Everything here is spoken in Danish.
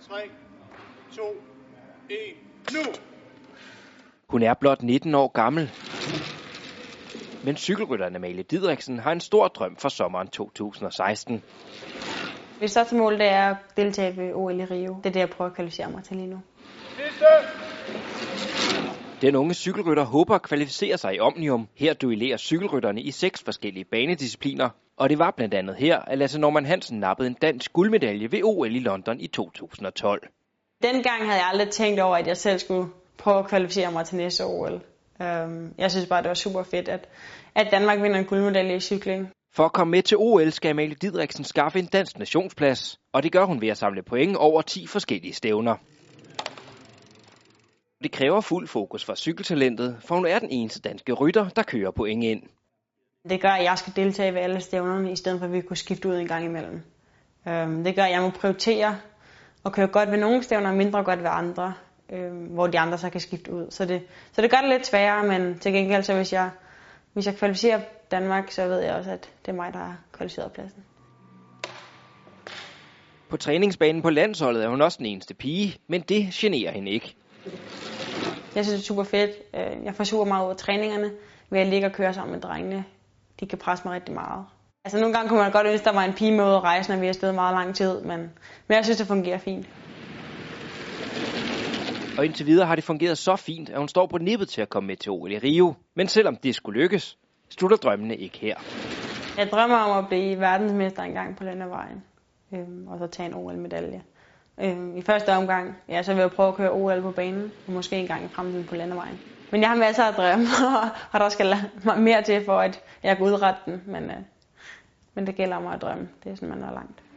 3, 2, 1, nu! Hun er blot 19 år gammel. Men cykelrytteren Amalie Didriksen har en stor drøm for sommeren 2016. Hvis så til mål, det er at deltage ved OL i Rio. Det er det, jeg prøver at kvalificere mig til lige nu. Den unge cykelrytter håber at kvalificere sig i Omnium. Her duellerer cykelrytterne i 6 forskellige banediscipliner. Og det var blandt andet her, at Lasse Norman Hansen nappede en dansk guldmedalje ved OL i London i 2012. Dengang havde jeg aldrig tænkt over, at jeg selv skulle prøve at kvalificere mig til næste OL. Jeg synes bare, det var super fedt, at Danmark vinder en guldmedalje i cykling. For at komme med til OL skal Amalie Didriksen skaffe en dansk nationsplads, og det gør hun ved at samle point over 10 forskellige stævner. Det kræver fuld fokus for cykeltalentet, for hun er den eneste danske rytter, der kører point ind. Det gør, at jeg skal deltage ved alle stævnerne, i stedet for at vi kunne skifte ud en gang imellem. Det gør, at jeg må prioritere og køre godt ved nogle stævner og mindre godt ved andre, hvor de andre så kan skifte ud. Så det gør det lidt sværere, men til gengæld, så hvis jeg kvalificerer Danmark, så ved jeg også, at det er mig, der har kvalificeret pladsen. På træningsbanen på landsholdet er hun også den eneste pige, men det generer hende ikke. Jeg synes, det er super fedt. Jeg får super meget ud af træningerne ved at ligge og køre sammen med drengene. De kan presse mig rigtig meget. Altså nogle gange kunne man godt ønske, der var en pige med ud at rejse, når vi har stået meget lang tid, men jeg synes, det fungerer fint. Og indtil videre har det fungeret så fint, at hun står på nippet til at komme med til OL i Rio. Men selvom det skulle lykkes, slutter drømmene ikke her. Jeg drømmer om at blive verdensmester engang på landevejen, og så tage en OL-medalje. I første omgang, ja, så vil jeg prøve at køre OL på banen, og måske engang i fremtiden på landevejen. Men jeg har masser af drømme, og der skal mere til for, at jeg kan udrette den, men det gælder om at drømme. Det er sådan, man er langt.